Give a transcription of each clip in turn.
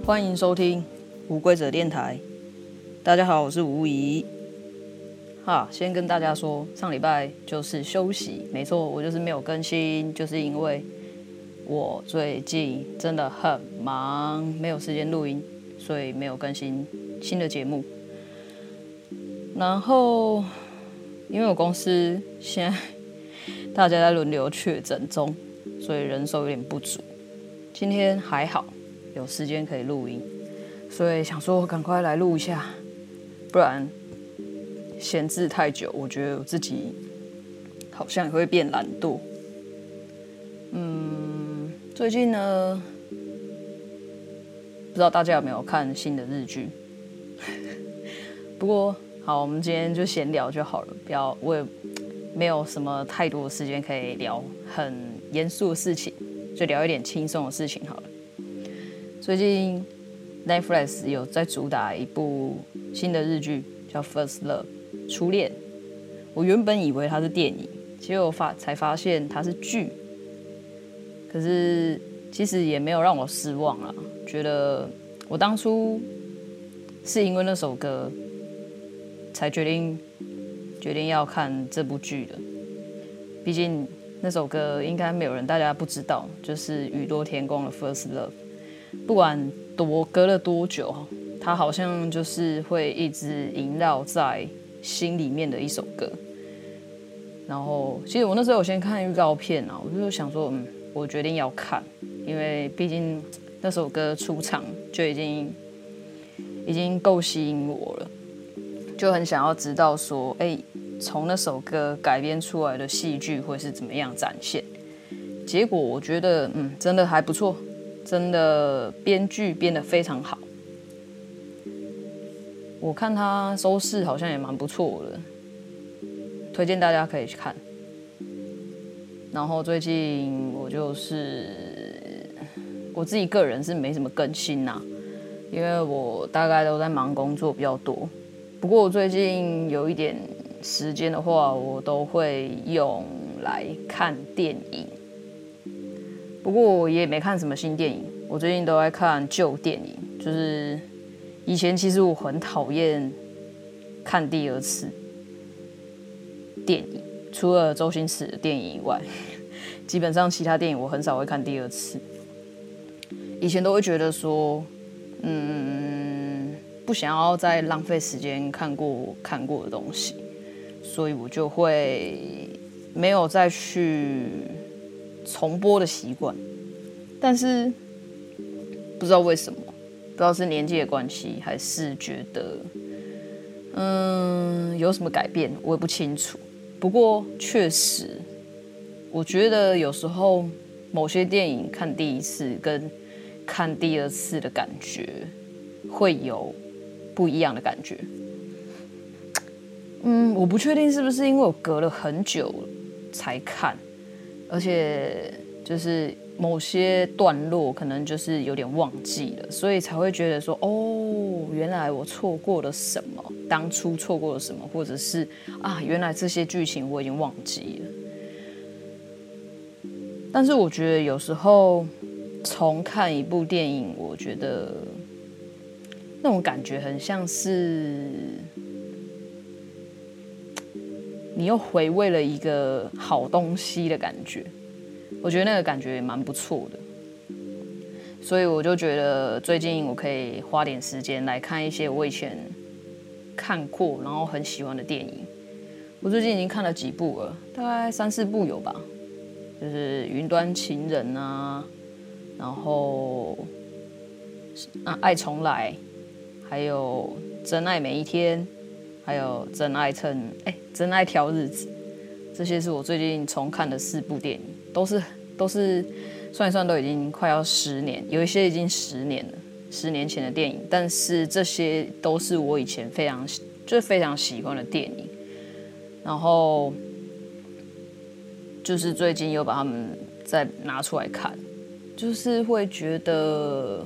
欢迎收听无规则电台。大家好，我是吴怡。先跟大家说，上礼拜就是休息，没错，我就是没有更新，就是因为我最近真的很忙，没有时间录音，所以没有更新新的节目。然后，因为我公司现在大家在轮流确诊中，所以人手有点不足。今天还好，有时间可以录音，所以想说赶快来录一下，不然闲置太久，我觉得我自己好像也会变懒惰。最近呢，不知道大家有没有看新的日剧？不过好，我们今天就闲聊就好了，不要，我也没有什么太多的时间可以聊很严肃的事情，就聊一点轻松的事情好了。最近 Netflix 有在主打一部新的日剧，叫《First Love》初恋。我原本以为它是电影，结果才发现它是剧。可是其实也没有让我失望啦，觉得我当初是因为那首歌才决定要看这部剧的。毕竟那首歌应该没有人大家不知道，就是宇多田光的《First Love》。不管隔了多久，它好像就是会一直萦绕在心里面的一首歌。然后，其实我那时候有先看预告片啊，我就想说，我决定要看，因为毕竟那首歌出场就已经够吸引我了，就很想要知道说，从那首歌改编出来的戏剧会是怎么样展现。结果我觉得，真的还不错。真的编剧编得非常好，我看他收视好像也蛮不错的，推荐大家可以去看。然后最近我自己个人是没什么更新啦，因为我大概都在忙工作比较多。不过我最近有一点时间的话，我都会用来看电影。不过我也没看什么新电影，我最近都在看旧电影。就是以前其实我很讨厌看第二次电影，除了周星驰的电影以外，基本上其他电影我很少会看第二次。以前都会觉得说，不想要再浪费时间看过的东西，所以我就会没有再去重播的习惯。但是不知道为什么，不知道是年纪的关系，还是觉得有什么改变，我也不清楚。不过确实，我觉得有时候某些电影看第一次跟看第二次的感觉会有不一样的感觉。我不确定是不是因为我隔了很久才看，而且就是某些段落可能就是有点忘记了，所以才会觉得说，原来我错过了什么，当初错过了什么，或者是原来这些剧情我已经忘记了。但是我觉得有时候重看一部电影，我觉得那种感觉很像是你又回味了一个好东西的感觉，我觉得那个感觉也蛮不错的。所以我就觉得最近我可以花点时间来看一些我以前看过然后很喜欢的电影。我最近已经看了几部了，大概3-4部有吧，就是《云端情人》啊，然后爱重来，还有真爱每一天，还有真爱挑日子。这些是我最近重看的4部电影，都是算一算都已经快要10年，有一些已经10年了，10年前的电影，但是这些都是我以前非常喜欢的电影。然后就是最近又把他们再拿出来看，就是会觉得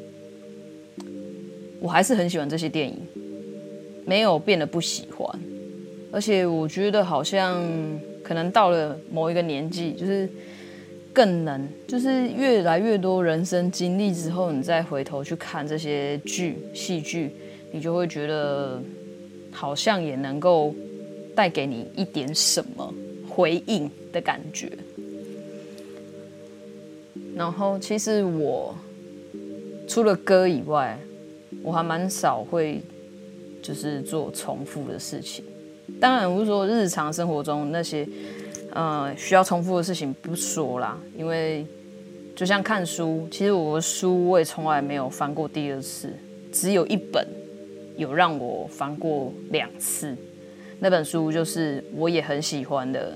我还是很喜欢这些电影，没有变得不喜欢。而且我觉得好像可能到了某一个年纪，就是更能，就是越来越多人生经历之后，你再回头去看这些戏剧，你就会觉得好像也能够带给你一点什么回应的感觉。然后其实我除了歌以外，我还蛮少会就是做重复的事情。当然，我是说日常生活中那些需要重复的事情不说啦，因为就像看书，其实我的书我也从来没有翻过第二次，只有一本有让我翻过2次。那本书就是我也很喜欢的，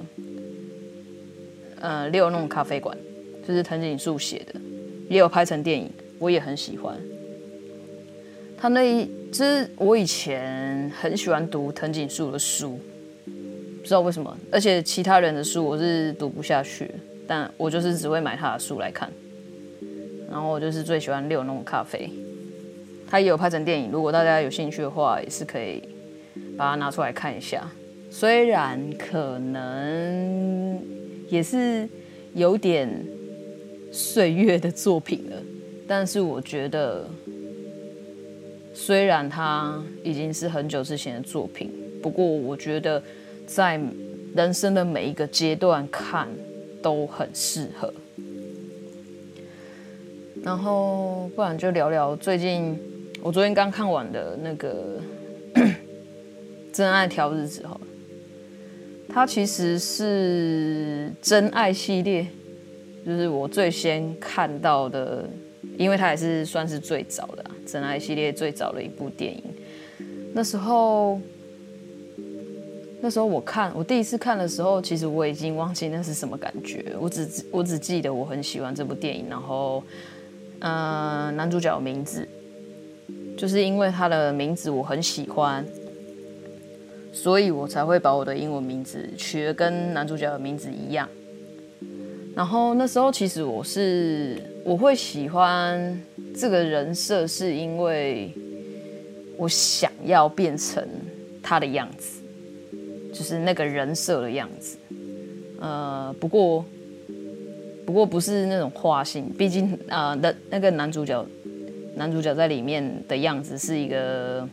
六弄咖啡馆，就是藤井树写的，也有拍成电影，我也很喜欢。他就是我以前很喜欢读藤井树的书，不知道为什么，而且其他人的书我是读不下去，但我就是只会买他的书来看。然后我就是最喜欢六弄咖啡，他也有拍成电影，如果大家有兴趣的话，也是可以把它拿出来看一下。虽然可能也是有点岁月的作品了，但是我觉得虽然它已经是很久之前的作品，不过我觉得在人生的每一个阶段看都很适合。然后不然就聊聊我昨天刚看完的那个真爱挑日子好了。它其实是真爱系列，就是我最先看到的，因为它也是算是最早的真爱系列最早的一部电影。那时候我第一次看的时候，其实我已经忘记那是什么感觉，我只记得我很喜欢这部电影，然后男主角的名字，就是因为他的名字我很喜欢，所以我才会把我的英文名字取得跟男主角的名字一样。然后那时候其实我会喜欢这个人设，是因为我想要变成他的样子，就是那个人设的样子。不过不是那种花心，毕竟那个男主角在里面的样子是一个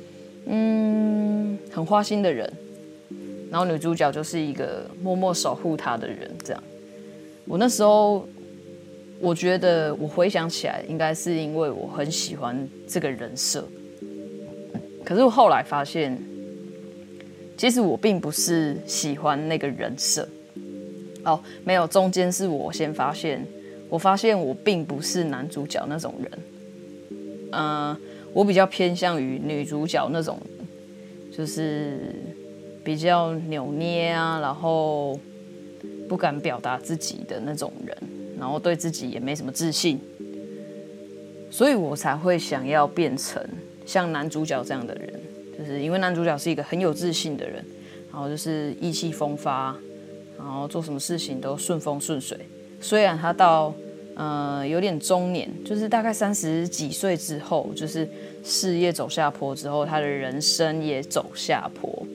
很花心的人，然后女主角就是一个默默守护他的人。这样，我那时候我觉得我回想起来，应该是因为我很喜欢这个人设。可是我后来发现，其实我并不是喜欢那个人设。没有，中间是我先发现我并不是男主角那种人。我比较偏向于女主角那种，就是比较扭捏啊，然后不敢表达自己的那种人，然后对自己也没什么自信，所以我才会想要变成像男主角这样的人，就是因为男主角是一个很有自信的人，然后就是意气风发，然后做什么事情都顺风顺水。虽然他到有点中年，就是大概30几岁之后，就是事业走下坡之后，他的人生也走下坡。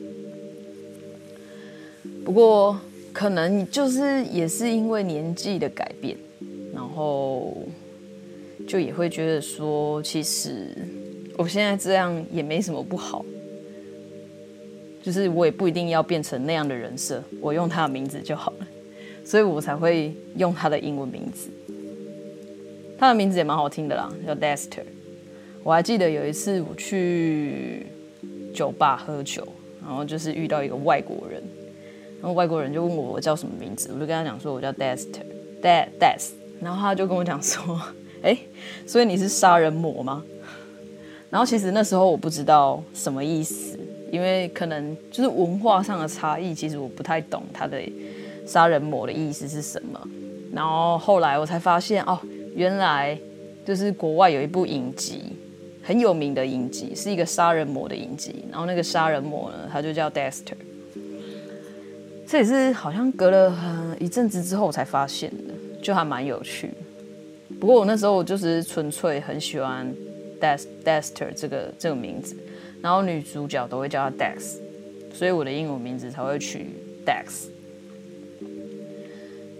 不过可能就是也是因为年纪的改变，然后就也会觉得说，其实我现在这样也没什么不好，就是我也不一定要变成那样的人设，我用他的名字就好了，所以我才会用他的英文名字。他的名字也蛮好听的啦，叫 Dexter。我还记得有一次我去酒吧喝酒，然后就是遇到一个外国人，然后外国人就问我叫什么名字，我就跟他讲说我叫 Dexter， 然后他就跟我讲说，所以你是杀人魔吗？然后其实那时候我不知道什么意思，因为可能就是文化上的差异，其实我不太懂他的杀人魔的意思是什么。然后后来我才发现，原来就是国外有一部影集，很有名的影集，是一个杀人魔的影集。然后那个杀人魔呢，他就叫 Dexter。这也是好像隔了一阵子之后我才发现的，就还蛮有趣。不过我那时候我就是纯粹很喜欢 Dexter 这个名字，然后女主角都会叫他 Dex， 所以我的英文名字才会取 Dex。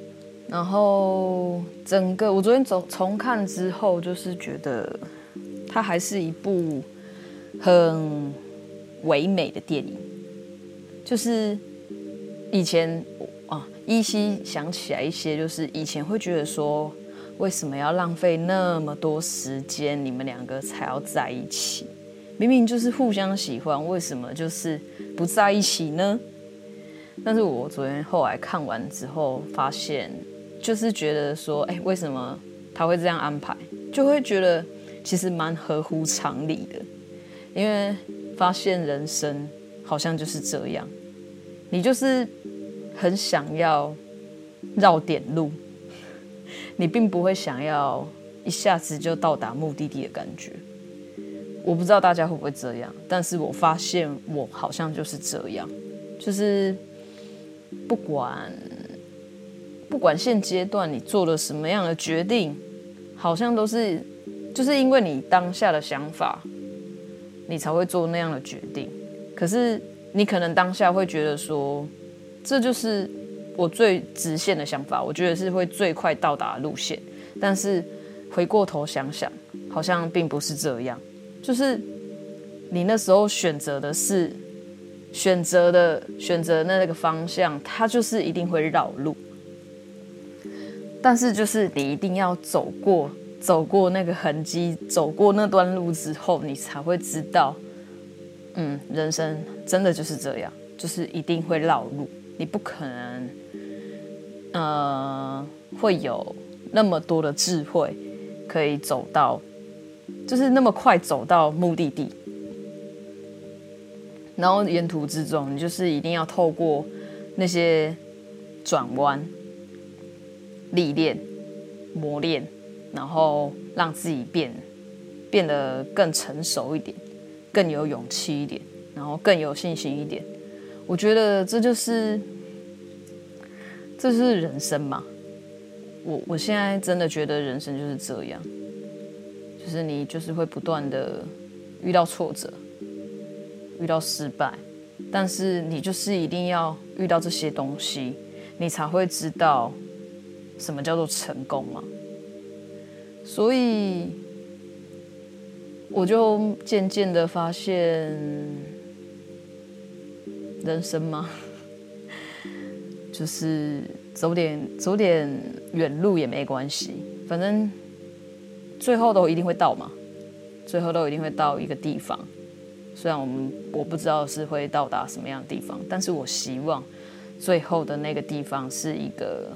然后整个我昨天重看之后，就是觉得它还是一部很唯美的电影。就是以前依稀想起来一些，就是以前会觉得说，为什么要浪费那么多时间，你们两个才要在一起？明明就是互相喜欢，为什么就是不在一起呢？但是我昨天后来看完之后，发现就是觉得说，为什么他会这样安排？就会觉得其实蛮合乎常理的，因为发现人生好像就是这样，你就是很想要绕点路，你并不会想要一下子就到达目的地的感觉。我不知道大家会不会这样，但是我发现我好像就是这样，就是不管现阶段你做了什么样的决定，好像都是就是因为你当下的想法，你才会做那样的决定。可是你可能当下会觉得说，这就是我最直线的想法，我觉得是会最快到达的路线。但是回过头想想，好像并不是这样。就是你那时候选择的那个方向，它就是一定会绕路。但是就是你一定要走过那个痕迹，走过那段路之后，你才会知道，人生真的就是这样，就是一定会绕路。你不可能，会有那么多的智慧可以走到。就是那么快走到目的地，然后沿途之中，你就是一定要透过那些转弯、历练、磨练，然后让自己变得更成熟一点，更有勇气一点，然后更有信心一点。我觉得这就是人生嘛。我现在真的觉得人生就是这样。就是你就是会不断的遇到挫折，遇到失败，但是你就是一定要遇到这些东西，你才会知道什么叫做成功嘛。所以我就渐渐的发现，人生嘛，就是走点远路也没关系，反正最后都一定会到嘛，最后都一定会到一个地方。虽然我不知道是会到达什么样的地方，但是我希望最后的那个地方是一个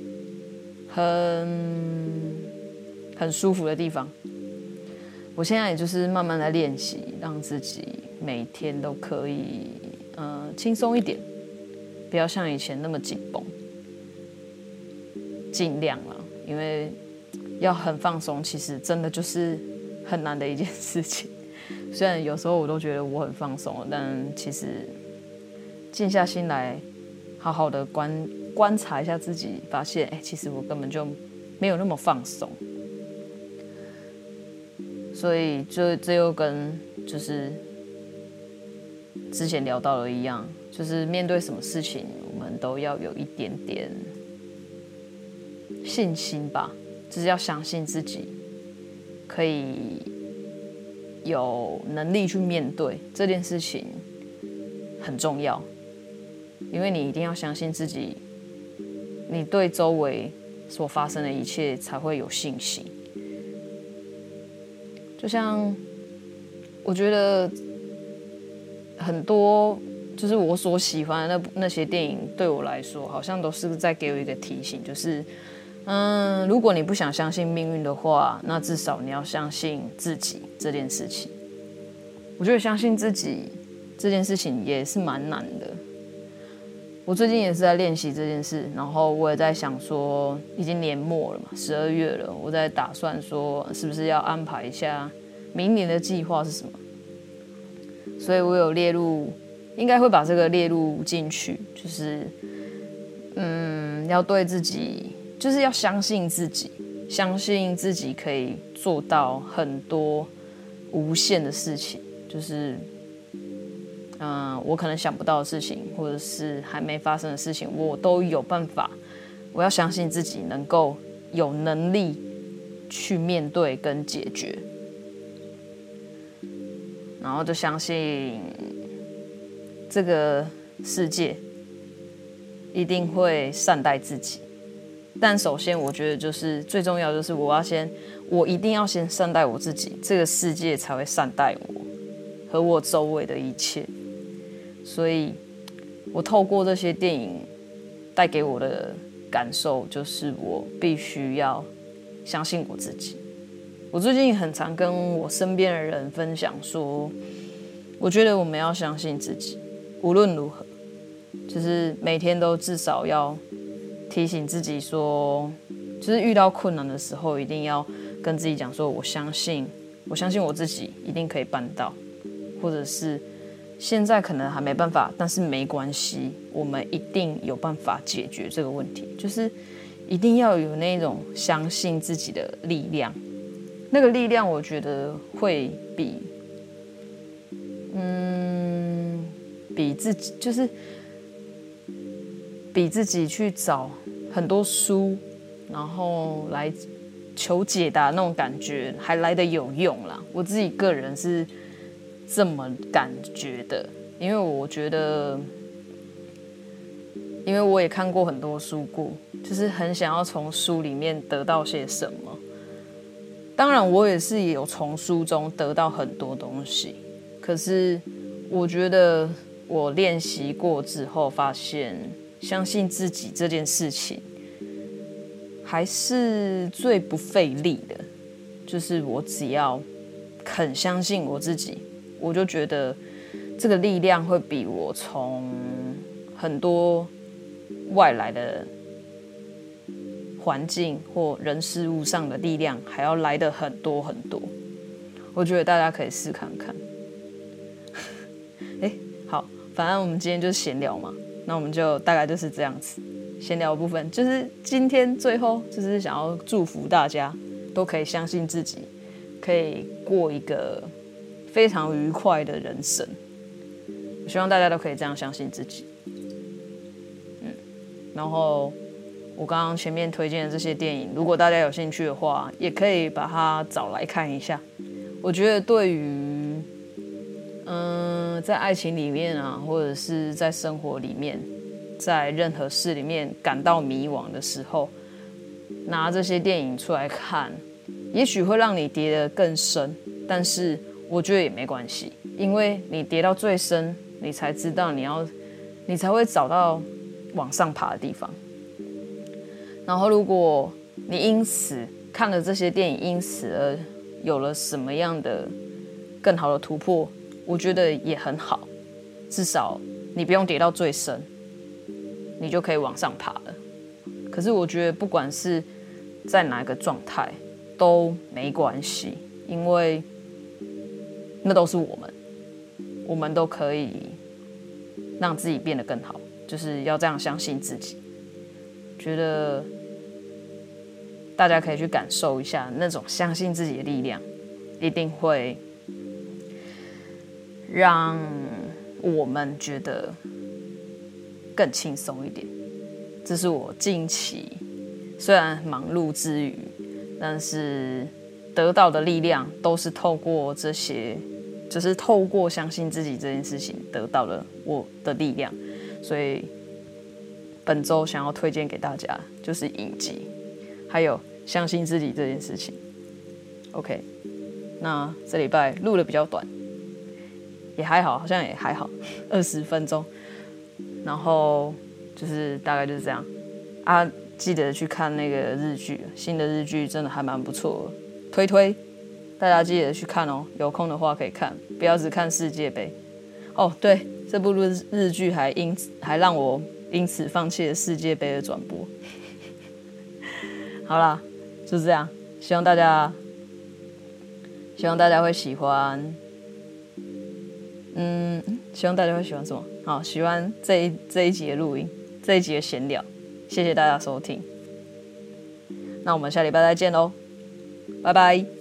很舒服的地方。我现在也就是慢慢的练习，让自己每天都可以轻松一点，不要像以前那么紧绷，尽量啦，因为要很放松，其实真的就是很难的一件事情。虽然有时候我都觉得我很放松了，但其实静下心来，好好的观察一下自己，发现其实我根本就没有那么放松。所以这又跟就是之前聊到的一样，就是面对什么事情，我们都要有一点点信心吧。就是要相信自己可以有能力去面对这件事情，很重要。因为你一定要相信自己，你对周围所发生的一切才会有信心。就像我觉得很多就是我所喜欢的那些电影，对我来说好像都是在给我一个提醒，就是如果你不想相信命运的话，那至少你要相信自己这件事情。我觉得相信自己这件事情也是蛮难的。我最近也是在练习这件事，然后我也在想说，已经年末了嘛，12月了，我在打算说是不是要安排一下明年的计划是什么。所以我有列入，应该会把这个列入进去，就是要对自己，就是要相信自己，相信自己可以做到很多无限的事情，就是我可能想不到的事情，或者是还没发生的事情，我都有办法我要相信自己能够有能力去面对跟解决，然后就相信这个世界一定会善待自己。但首先我觉得就是最重要就是我一定要先善待我自己，这个世界才会善待我和我周围的一切。所以我透过这些电影带给我的感受就是我必须要相信我自己。我最近很常跟我身边的人分享说，我觉得我们要相信自己，无论如何，就是每天都至少要提醒自己说，就是遇到困难的时候，一定要跟自己讲说，我相信我自己一定可以办到，或者是现在可能还没办法，但是没关系，我们一定有办法解决这个问题。就是一定要有那种相信自己的力量，那个力量我觉得会比自己就是比自己去找很多书，然后来求解答那种感觉还来得有用啦。我自己个人是这么感觉的，因为我觉得，因为我也看过很多书过，就是很想要从书里面得到些什么。当然，我也是有从书中得到很多东西，可是我觉得我练习过之后，发现相信自己这件事情还是最不费力的。就是我只要肯相信我自己，我就觉得这个力量会比我从很多外来的环境或人事物上的力量还要来得很多很多。我觉得大家可以试看看。好，反正我们今天就是闲聊嘛，那我们就大概就是这样子。闲聊的部分就是今天最后就是想要祝福大家都可以相信自己，可以过一个非常愉快的人生。我希望大家都可以这样相信自己。然后我刚刚前面推荐的这些电影，如果大家有兴趣的话，也可以把它找来看一下。我觉得对于在爱情里面啊，或者是在生活里面，在任何事里面感到迷惘的时候，拿这些电影出来看，也许会让你跌得更深，但是我觉得也没关系，因为你跌到最深，你才知道你才会找到往上爬的地方。然后如果你因此看了这些电影，因此而有了什么样的更好的突破，我觉得也很好，至少你不用跌到最深，你就可以往上爬了。可是我觉得不管是在哪个状态都没关系，因为那都是我们都可以让自己变得更好，就是要这样相信自己。觉得大家可以去感受一下那种相信自己的力量，一定会让我们觉得更轻松一点。这是我近期虽然忙碌之余，但是得到的力量都是透过这些，就是透过相信自己这件事情得到了我的力量。所以本周想要推荐给大家就是影集，还有相信自己这件事情。 OK， 那这礼拜录的比较短，也还好，好像也还好，20分钟，然后就是大概就是这样啊。记得去看那个日剧，新的日剧真的还蛮不错的，推大家记得去看哦，有空的话可以看，不要只看世界杯哦。对，这部日剧还让我因此放弃了世界杯的转播。好啦，就这样，希望大家会喜欢。希望大家会喜欢什么？好，喜欢这一集的录音，这一集的闲聊。谢谢大家收听，那我们下礼拜再见喽，拜拜。